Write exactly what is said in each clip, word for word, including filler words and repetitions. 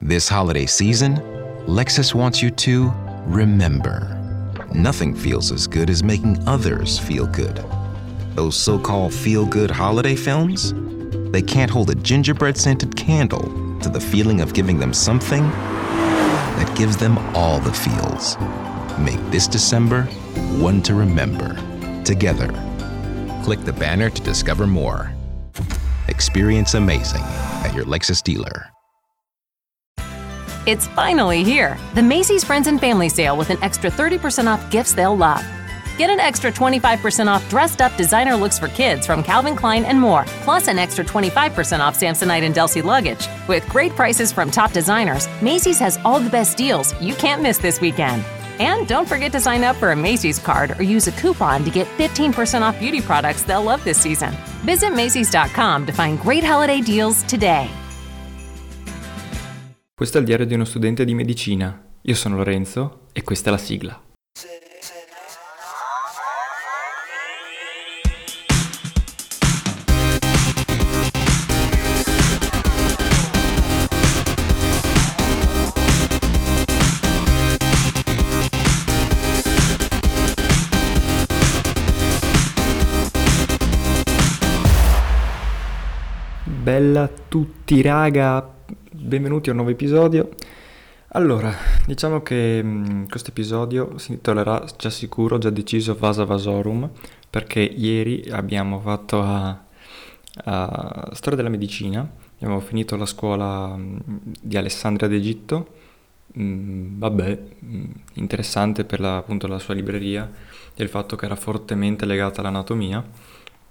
This holiday season, Lexus wants you to remember. Nothing feels as good as making others feel good. Those so-called feel-good holiday films? They can't hold a gingerbread-scented candle to the feeling of giving them something that gives them all the feels. Make this December one to remember. Together. Click the banner to discover more. Experience amazing at your Lexus dealer. It's finally here, the Macy's Friends and Family Sale with an extra thirty percent off gifts they'll love. Get an extra twenty-five percent off dressed-up designer looks for kids from Calvin Klein and more, plus an extra twenty-five percent off Samsonite and Delsey luggage. With great prices from top designers, Macy's has all the best deals you can't miss this weekend. And don't forget to sign up for a Macy's card or use a coupon to get fifteen percent off beauty products they'll love this season. Visit Macys dot com to find great holiday deals today. Questo è il diario di uno studente di medicina. Io sono Lorenzo e questa è la sigla. Bella a tutti raga, benvenuti a un nuovo episodio. Allora, diciamo che mh, questo episodio si intitolerà già sicuro, già deciso Vasa Vasorum, perché ieri abbiamo fatto a, a Storia della Medicina, abbiamo finito la scuola mh, di Alessandria d'Egitto, mh, vabbè, mh, interessante per la, appunto la sua libreria e il fatto che era fortemente legata all'anatomia.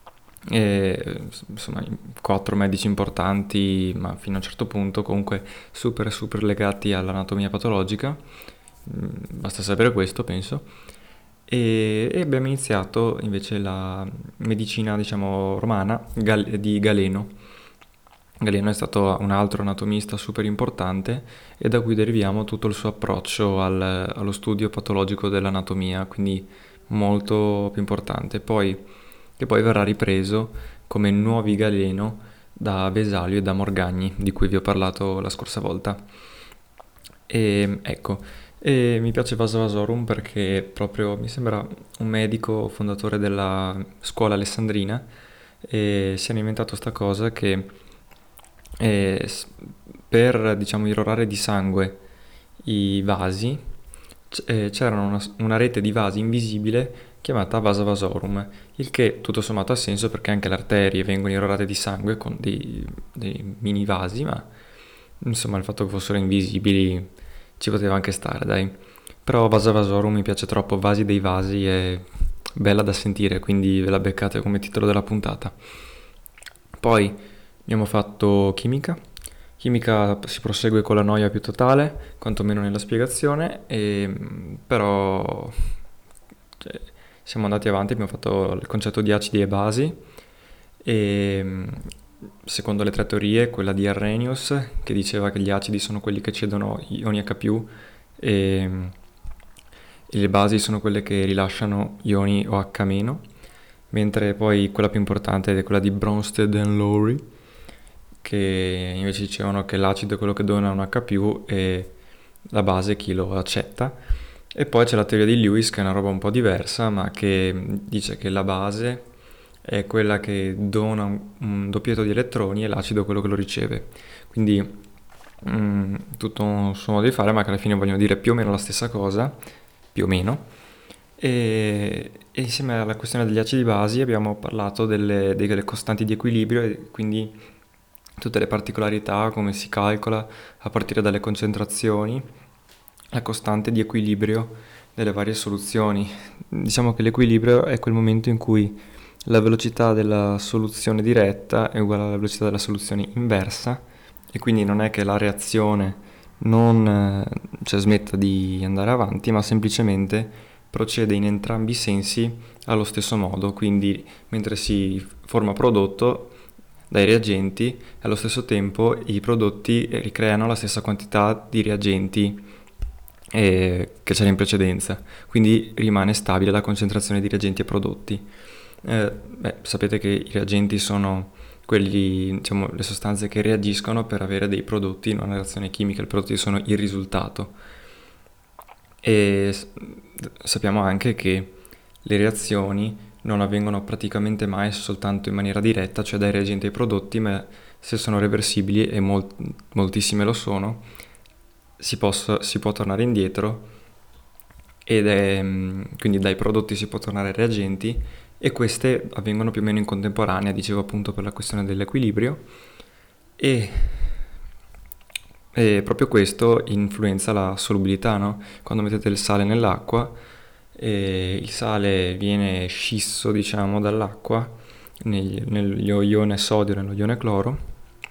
E, insomma, quattro medici importanti, ma fino a un certo punto comunque super super legati all'anatomia patologica, basta sapere questo, penso. E, e abbiamo iniziato invece la medicina, diciamo, romana Gal- di Galeno. Galeno è stato un altro anatomista super importante e da cui deriviamo tutto il suo approccio al, allo studio patologico dell'anatomia, quindi molto più importante. Poi che poi verrà ripreso come nuovi Galeno da Vesalio e da Morgagni, di cui vi ho parlato la scorsa volta. E ecco, e mi piace Vasa Vasorum perché proprio mi sembra un medico fondatore della scuola alessandrina e si è inventato sta cosa che eh, per, diciamo, irrorare di sangue i vasi c- eh, c'era una, una rete di vasi invisibile chiamata Vasa Vasorum, il che tutto sommato ha senso perché anche le arterie vengono irrorate di sangue con dei, dei mini vasi, ma insomma il fatto che fossero invisibili ci poteva anche stare, dai. Però Vasa Vasorum mi piace troppo, Vasi dei Vasi è bella da sentire, quindi ve la beccate come titolo della puntata. Poi abbiamo fatto chimica. Chimica si prosegue con la noia più totale, quantomeno nella spiegazione, e, però cioè, siamo andati avanti, abbiamo fatto il concetto di acidi e basi e secondo le tre teorie, quella di Arrhenius che diceva che gli acidi sono quelli che cedono ioni H più e, e le basi sono quelle che rilasciano ioni OH meno, mentre poi quella più importante è quella di Bronsted e Lowry che invece dicevano che l'acido è quello che dona un H più e la base è chi lo accetta. E poi c'è la teoria di Lewis, che è una roba un po' diversa, ma che dice che la base è quella che dona un, un doppietto di elettroni e l'acido è quello che lo riceve. Quindi mh, tutto un suo modo di fare, ma che alla fine vogliono dire più o meno la stessa cosa, più o meno. E, e insieme alla questione degli acidi basi abbiamo parlato delle, delle costanti di equilibrio e quindi tutte le particolarità, come si calcola a partire dalle concentrazioni, la costante di equilibrio delle varie soluzioni. Diciamo che l'equilibrio è quel momento in cui la velocità della soluzione diretta è uguale alla velocità della soluzione inversa e quindi non è che la reazione non cioè, smetta di andare avanti, ma semplicemente procede in entrambi i sensi allo stesso modo, quindi mentre si forma prodotto dai reagenti, allo stesso tempo i prodotti ricreano la stessa quantità di reagenti eh, che c'era in precedenza, quindi rimane stabile la concentrazione di reagenti e prodotti. Eh, beh, sapete che i reagenti sono quelli, diciamo, le sostanze che reagiscono per avere dei prodotti in una reazione chimica. I prodotti sono il risultato. E s- sappiamo anche che le reazioni non avvengono praticamente mai soltanto in maniera diretta, cioè dai reagenti ai prodotti, ma se sono reversibili, e mol- moltissime lo sono, si, posso- si può tornare indietro, ed è, mm, quindi dai prodotti si può tornare ai reagenti, e queste avvengono più o meno in contemporanea, dicevo appunto per la questione dell'equilibrio, e, e proprio questo influenza la solubilità, no? Quando mettete il sale nell'acqua, e il sale viene scisso, diciamo, dall'acqua negli- nello ione sodio e nello ione cloro,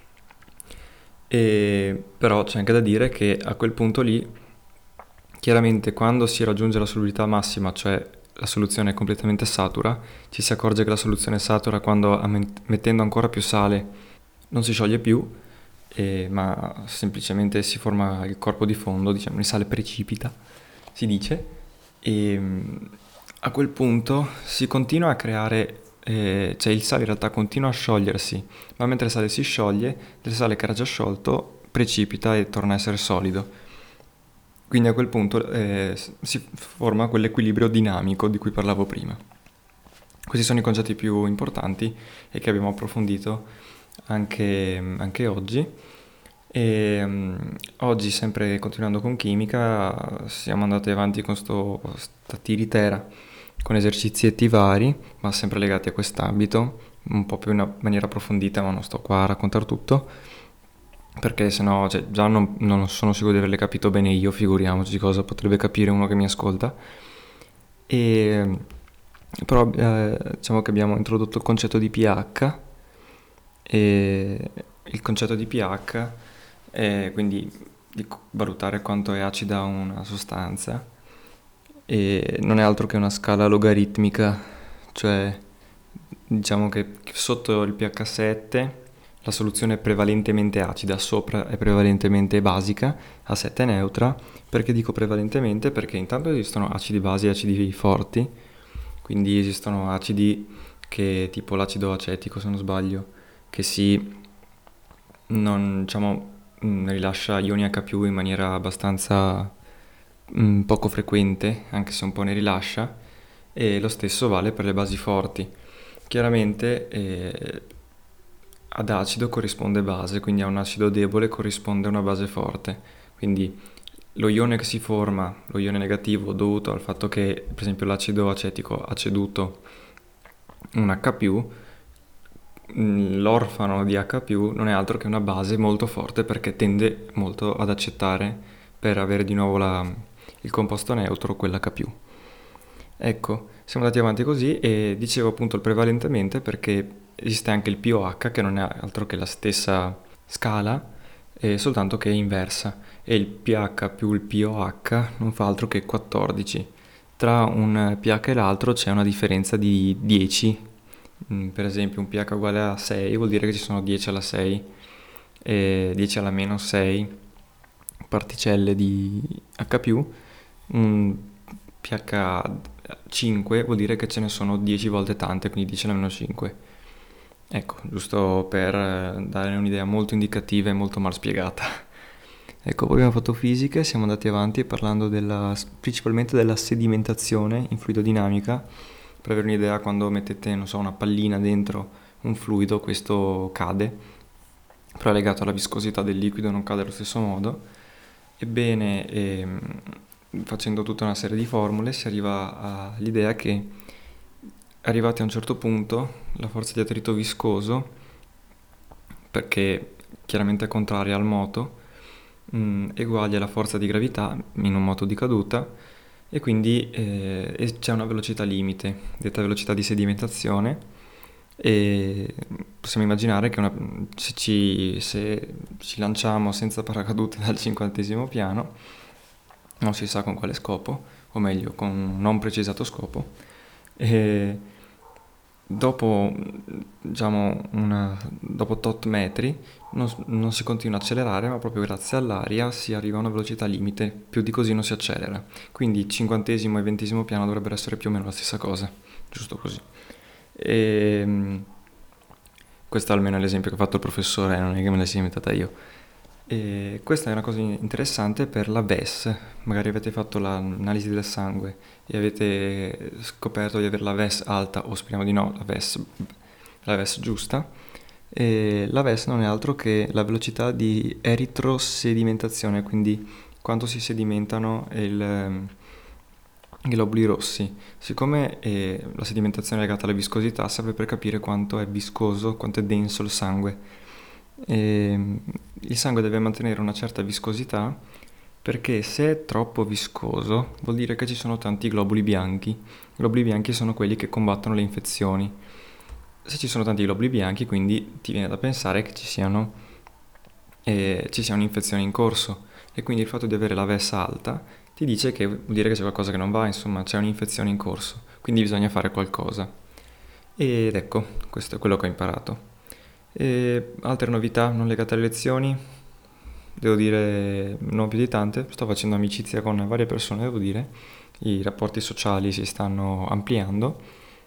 e però c'è anche da dire che a quel punto lì, chiaramente quando si raggiunge la solubilità massima, cioè la soluzione è completamente satura, ci si accorge che la soluzione è satura quando ammen- mettendo ancora più sale non si scioglie più, eh, ma semplicemente si forma il corpo di fondo, diciamo, il sale precipita, si dice, e mm, a quel punto si continua a creare, eh, cioè il sale in realtà continua a sciogliersi, ma mentre il sale si scioglie, del sale che era già sciolto precipita e torna a essere solido. Quindi a quel punto eh, s- si forma quell'equilibrio dinamico di cui parlavo prima. Questi sono i concetti più importanti e che abbiamo approfondito anche, anche oggi. E mm, oggi, sempre continuando con chimica, siamo andati avanti con sto, sta tiritera con esercizietti vari, ma sempre legati a quest'ambito, un po' più in una maniera approfondita, ma non sto qua a raccontare tutto, perché sennò, cioè, già non, non sono sicuro di averle capito bene io, figuriamoci cosa potrebbe capire uno che mi ascolta. E però eh, diciamo che abbiamo introdotto il concetto di pH, e il concetto di pH è quindi di c- valutare quanto è acida una sostanza, e non è altro che una scala logaritmica, cioè diciamo che sotto il pH sette la soluzione è prevalentemente acida, sopra è prevalentemente basica, a sette è neutra. Perché dico prevalentemente? Perché intanto esistono acidi basi e acidi forti, quindi esistono acidi che, tipo l'acido acetico se non sbaglio, che si non, diciamo, mh, rilascia ioni H più in maniera abbastanza mh, poco frequente, anche se un po' ne rilascia, e lo stesso vale per le basi forti. Chiaramente eh, ad acido corrisponde base, quindi a un acido debole corrisponde una base forte. Quindi lo ione che si forma, lo ione negativo, dovuto al fatto che, per esempio, l'acido acetico ha ceduto un H più, l'orfano di H più non è altro che una base molto forte, perché tende molto ad accettare, per avere di nuovo la, il composto neutro, quell'H più. Ecco, siamo andati avanti così, e dicevo appunto il prevalentemente perché esiste anche il pOH, che non è altro che la stessa scala, eh, soltanto che è inversa, e il pH più il pOH non fa altro che quattordici. Tra un pH e l'altro c'è una differenza di dieci. Mm, per esempio un pH uguale a sei vuol dire che ci sono dieci alla sei, e dieci alla meno sei particelle di H+, un pH cinque vuol dire che ce ne sono dieci volte tante, quindi dieci alla meno cinque. Ecco, giusto per eh, dare un'idea molto indicativa e molto mal spiegata. Ecco, poi abbiamo fatto fisica e siamo andati avanti parlando della, principalmente della sedimentazione in fluidodinamica, per avere un'idea. Quando mettete, non so, una pallina dentro un fluido, questo cade, però è legato alla viscosità del liquido, non cade allo stesso modo. Ebbene, ehm, facendo tutta una serie di formule si arriva all'idea che, arrivati a un certo punto, la forza di attrito viscoso, perché chiaramente è contraria al moto, mh, è uguale alla forza di gravità in un moto di caduta, e quindi eh, e c'è una velocità limite, detta velocità di sedimentazione, e possiamo immaginare che una- se, ci, se ci lanciamo senza paracadute dal cinquantesimo piano, non si sa con quale scopo, o meglio con un non precisato scopo, e dopo, diciamo, una, dopo tot metri non, non si continua a accelerare, ma proprio grazie all'aria si arriva a una velocità limite, più di così non si accelera. Quindi cinquantesimo e ventesimo piano dovrebbero essere più o meno la stessa cosa, giusto così. E, Questo almeno è l'esempio che ha fatto il professore, non è che me la sia inventata io. E questa è una cosa interessante per la V E S. Magari avete fatto l'analisi del sangue e avete scoperto di avere la V E S alta, o speriamo di no, la V E S, la V E S giusta. E la V E S non è altro che la velocità di eritrosedimentazione, quindi quanto si sedimentano il, i globuli rossi. Siccome eh, la sedimentazione è legata alla viscosità, serve per capire quanto è viscoso, quanto è denso il sangue. E il sangue deve mantenere una certa viscosità, perché se è troppo viscoso vuol dire che ci sono tanti globuli bianchi. I globuli bianchi sono quelli che combattono le infezioni. Se ci sono tanti globuli bianchi, quindi ti viene da pensare che ci siano eh, ci sia un'infezione in corso, e quindi il fatto di avere la V E S alta ti dice che vuol dire che c'è qualcosa che non va, insomma c'è un'infezione in corso, quindi bisogna fare qualcosa. Ed ecco, questo è quello che ho imparato. E altre novità non legate alle lezioni, devo dire non più di tante. Sto facendo amicizia con varie persone, devo dire, i rapporti sociali si stanno ampliando,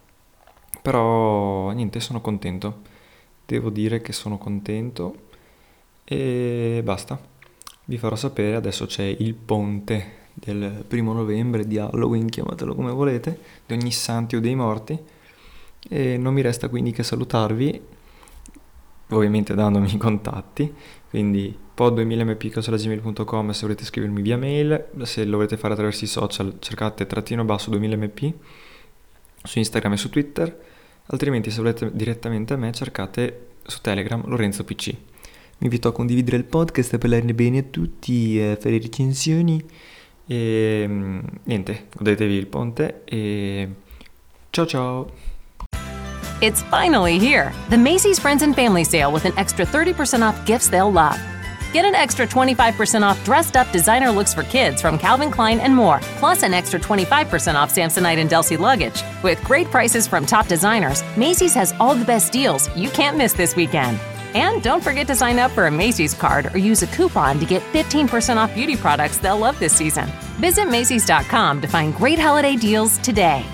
però niente, sono contento, devo dire che sono contento e basta. Vi farò sapere, adesso c'è il ponte del primo novembre, di Halloween, chiamatelo come volete, di ogni santi o dei morti, e non mi resta quindi che salutarvi, ovviamente dandomi i contatti, quindi pod duemila m p chiocciola gmail punto com se volete scrivermi via mail. Se lo volete fare attraverso i social cercate trattino basso duemila m p su Instagram e su Twitter, altrimenti se volete direttamente a me cercate su Telegram Lorenzo P C. Vi invito a condividere il podcast, a parlarne bene a tutti, a fare recensioni e niente, godetevi il ponte e ciao ciao! It's finally here, the Macy's Friends and Family Sale with an extra thirty percent off gifts they'll love. Get an extra twenty-five percent off dressed-up designer looks for kids from Calvin Klein and more, plus an extra twenty-five percent off Samsonite and Delsey luggage. With great prices from top designers, Macy's has all the best deals you can't miss this weekend. And don't forget to sign up for a Macy's card or use a coupon to get fifteen percent off beauty products they'll love this season. Visit Macys dot com to find great holiday deals today.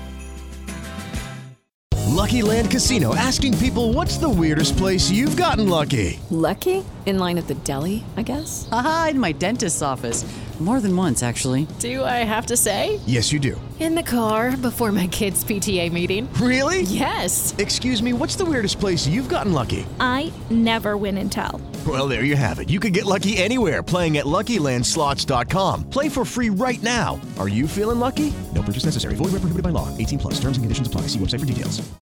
Lucky Land Casino, asking people, what's the weirdest place you've gotten lucky? Lucky? In line at the deli, I guess? Aha, in my dentist's office. More than once, actually. Do I have to say? Yes, you do. In the car before my kids' P T A meeting. Really? Yes. Excuse me, what's the weirdest place you've gotten lucky? I never win and tell. Well, there you have it. You can get lucky anywhere, playing at Lucky Land Slots dot com. Play for free right now. Are you feeling lucky? No purchase necessary. Void where prohibited by law. eighteen plus. Terms and conditions apply. See website for details.